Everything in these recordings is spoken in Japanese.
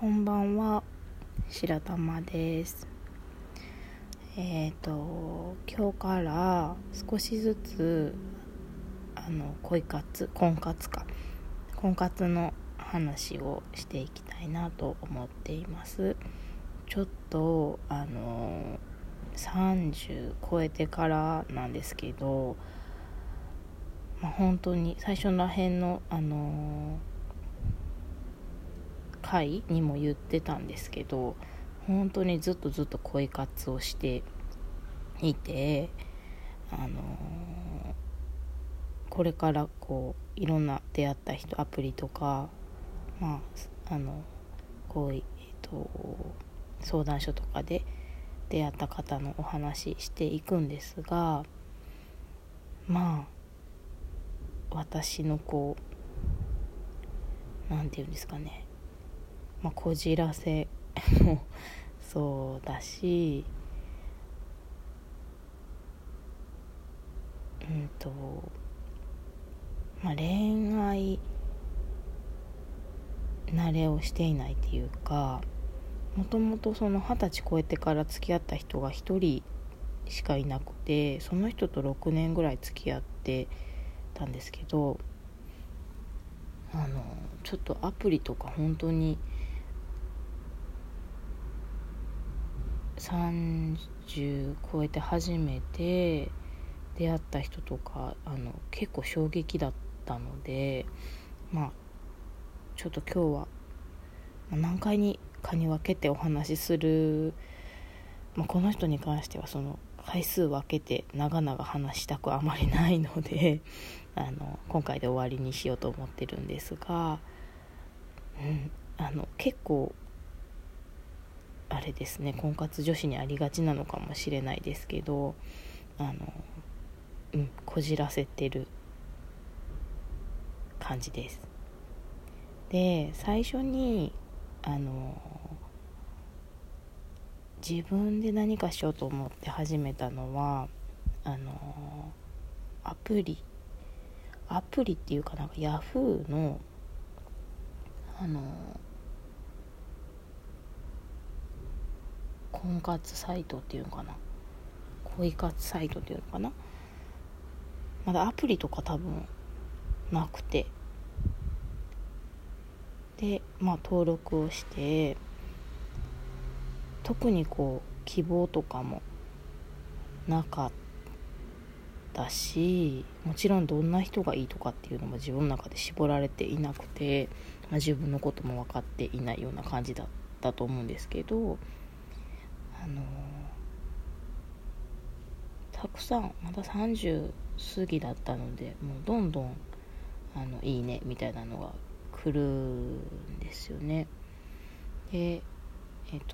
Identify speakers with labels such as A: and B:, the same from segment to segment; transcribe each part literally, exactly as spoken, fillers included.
A: んばんは、白玉です。えっ、ー、と今日から少しずつあの恋活婚活か婚活の話をしていきたいなと思っています。ちょっとあのさんじゅう超えてからなんですけど、まあ、本当に最初の辺のあの回にも言ってたんですけど、本当にずっとずっと恋活をしていて、あのー、これからこういろんな出会った人アプリとか、まああのこう、えー、と相談所とかで出会った方のお話していくんですが、まあ私のこうなんていうんですかね、まあ、こじらせもそうだし、うんとまあ、恋愛慣れをしていないっていうか、もともとその二十歳超えてから付き合った人が一人しかいなくて、その人とろくねんぐらい付き合ってたんですけど、あのちょっとアプリとか本当にさんじゅう超えて初めて出会った人とかあの結構衝撃だったので、まあちょっと今日は何回にかに分けてお話しする、まあ、この人に関してはその回数分けて長々話したくあまりないのであの今回で終わりにしようと思ってるんですが、うん、あの結構あれですね、婚活女子にありがちなのかもしれないですけど、あの、うん、こじらせてる感じです。で、最初にあの自分で何かしようと思って始めたのはあのアプリアプリっていうかなんかヤフーのあの婚活サイトっていうのかな、恋活サイトっていうのかな、まだアプリとか多分なくて、でまあ登録をして、特にこう希望とかもなかったし、もちろんどんな人がいいとかっていうのも自分の中で絞られていなくて、まあ、自分のことも分かっていないような感じだったと思うんですけど、あのたくさんまださんじゅう過ぎだったので、もうどんどんあのいいねみたいなのが来るんですよね。でえっと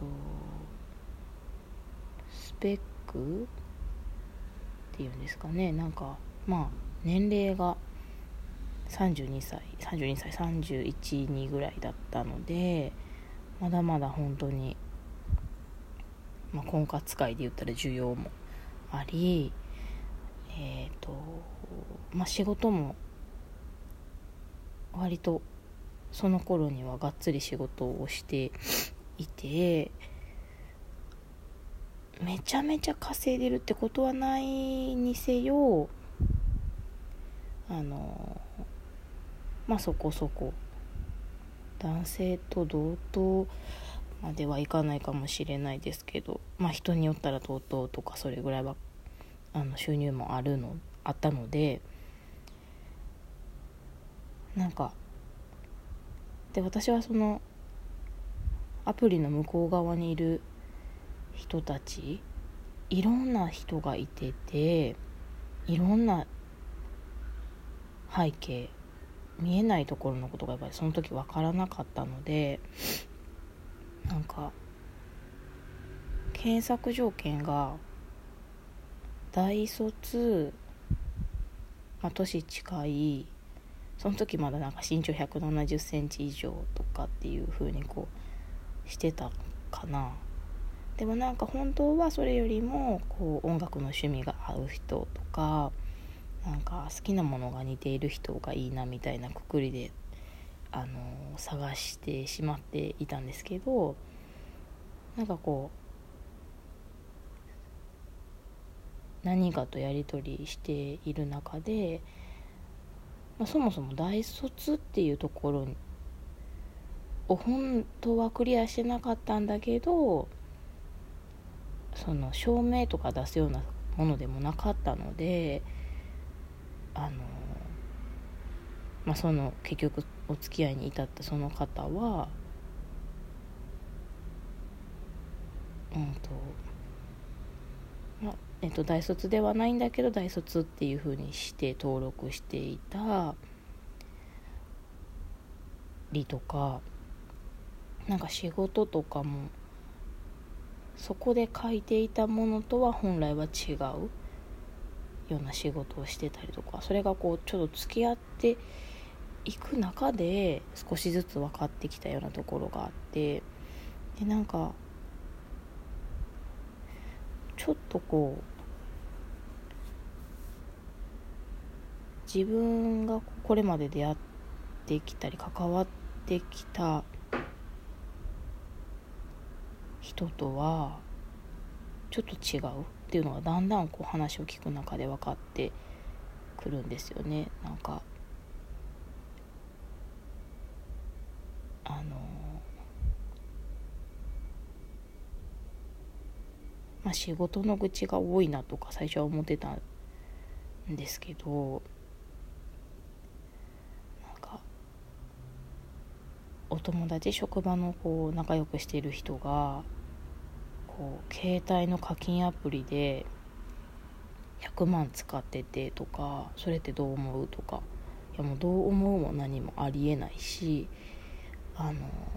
A: スペックっていうんですかね、なんかまあ年齢がさんじゅうにさいさんじゅうにさいさんじゅういち、にぐらいだったので、まだまだ本当に、まあ、婚活界で言ったら需要もあり、えっとまあ仕事も割とその頃にはがっつり仕事をしていて、めちゃめちゃ稼いでるってことはないにせよ、あのまあそこそこ男性と同等まではいかないかもしれないですけど、まあ人によったら同等とかそれぐらいはあの収入もあるのあったので、なんかで私はそのアプリの向こう側にいる人たち、いろんな人がいてて、いろんな背景見えないところのことがやっぱりその時分からなかったので、なんか検索条件が大卒、まあ、年近い、その時まだなんか身長ひゃくななじゅっセンチ以上とかっていう風にこうしてたかな。でもなんか本当はそれよりもこう音楽の趣味が合う人とか、なんか好きなものが似ている人がいいなみたいなくくりであの探してしまっていたんですけど、なんかこう何かとやり取りしている中で、まあ、そもそも大卒っていうところを本当はクリアしてなかったんだけど、その証明とか出すようなものでもなかったので、あのまあその結局お付き合いに至ったその方はうんとまあえっと大卒ではないんだけど大卒っていう風にして登録していたりとか、なんか仕事とかもそこで書いていたものとは本来は違うような仕事をしてたりとか、それがこうちょっと付き合っていく中で少しずつ分かってきたようなところがあって、でなんかちょっとこう自分がこれまで出会ってきたり関わってきた人とはちょっと違うっていうのがだんだんこう話を聞く中で分かってくるんですよね。なんかあのまあ仕事の愚痴が多いなとか最初は思ってたんですけど、なんかお友達職場のこう仲良くしている人がこう携帯の課金アプリでひゃくまん使っててとか、それってどう思うとか、いやもうどう思うも何もありえないし、あの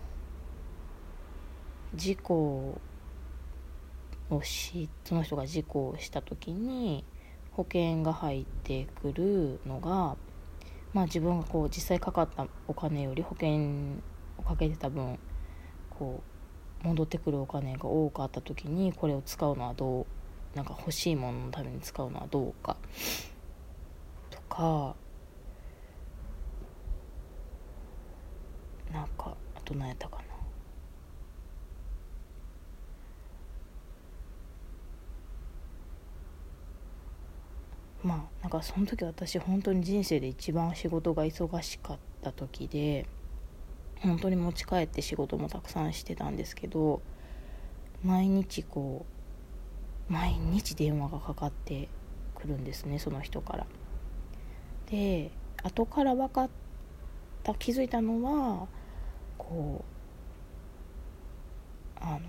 A: 事故をしその人が事故をした時に保険が入ってくるのが、まあ自分がこう実際かかったお金より保険をかけてた分こう戻ってくるお金が多かった時に、これを使うのはどう、なんか欲しいもののために使うのはどうかとか、なんかあと何やったかな、まあなんかその時私本当に人生で一番仕事が忙しかった時で、本当に持ち帰って仕事もたくさんしてたんですけど、毎日こう毎日電話がかかってくるんですね、その人から。で後から分かった気づいたのはこうあの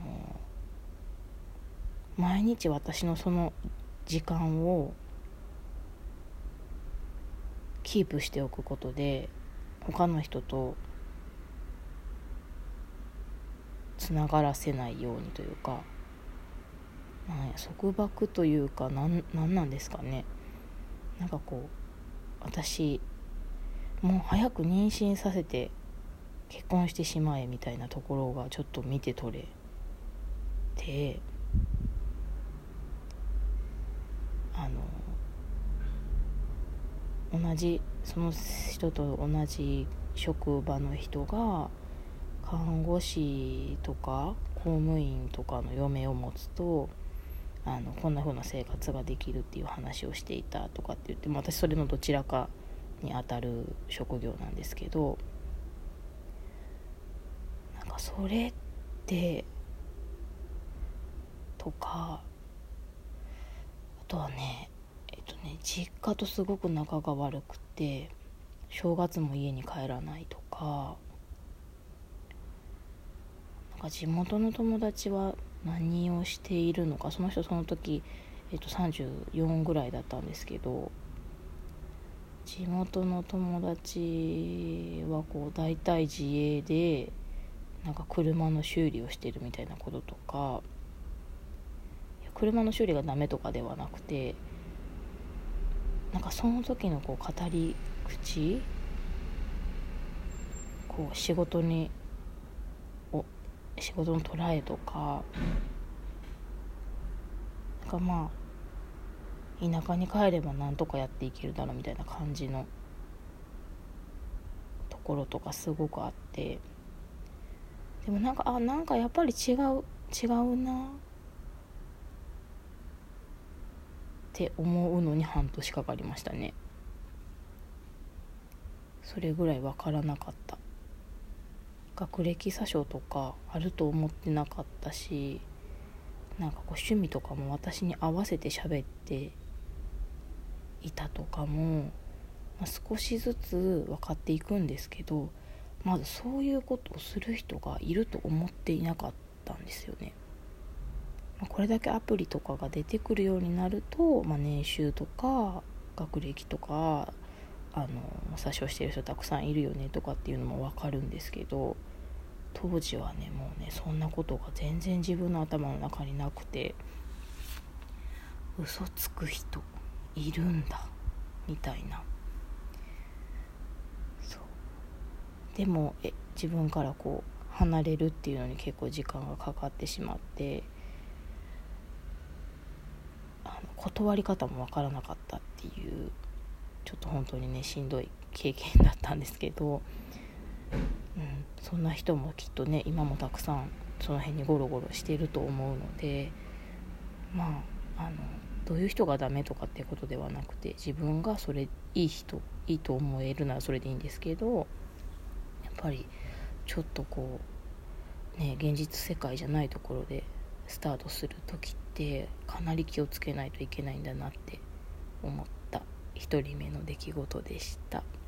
A: 毎日私のその時間をキープしておくことで他の人とつながらせないようにというか、なんや束縛というかなんなんなんですかね。なんかこう私もう早く妊娠させて結婚してしまえみたいなところがちょっと見て取れて、あの同じその人と同じ職場の人が看護師とか公務員とかの嫁を持つとあのこんな風な生活ができるっていう話をしていたとかって言って、も私それのどちらかに当たる職業なんですけど、なんかそれってとか、あとはねえっとね実家とすごく仲が悪くて正月も家に帰らないとか、なんか地元の友達は何をしているのか、その人その時、えっと、さんじゅうよんぐらいだったんですけど、地元の友達はこう大体自営でなんか車の修理をしてるみたいなこととか、車の修理がダメとかではなくて、なんかその時のこう語り口、こう仕事にお仕事の捉えとか、なんかまあ田舎に帰ればなんとかやっていけるだろうみたいな感じのところとかすごくあって、でもなんかあなんかやっぱり違う違うなって思うのに半年かかりましたね。それぐらい分からなかった。学歴詐称とかあると思ってなかったし、なんかこう趣味とかも私に合わせて喋っていたとかも、まあ、少しずつ分かっていくんですけど、まずそういうことをする人がいると思っていなかったんですよね。まあ、これだけアプリとかが出てくるようになると、まあ、年収とか学歴とかあの詐称してる人たくさんいるよねとかっていうのも分かるんですけど、当時はねもうねそんなことが全然自分の頭の中になくて、嘘つく人いるんだみたいな。そうでもえ自分からこう離れるっていうのに結構時間がかかってしまって、あの断り方もわからなかったっていう、ちょっと本当にねしんどい経験だったんですけど、うん、そんな人もきっとね今もたくさんその辺にゴロゴロしていると思うので、まああのどういう人がダメとかってことではなくて、自分がそれいい人いいと思えるならそれでいいんですけど、やっぱりちょっとこうね現実世界じゃないところでスタートする時ってかなり気をつけないといけないんだなって思った一人目の出来事でした。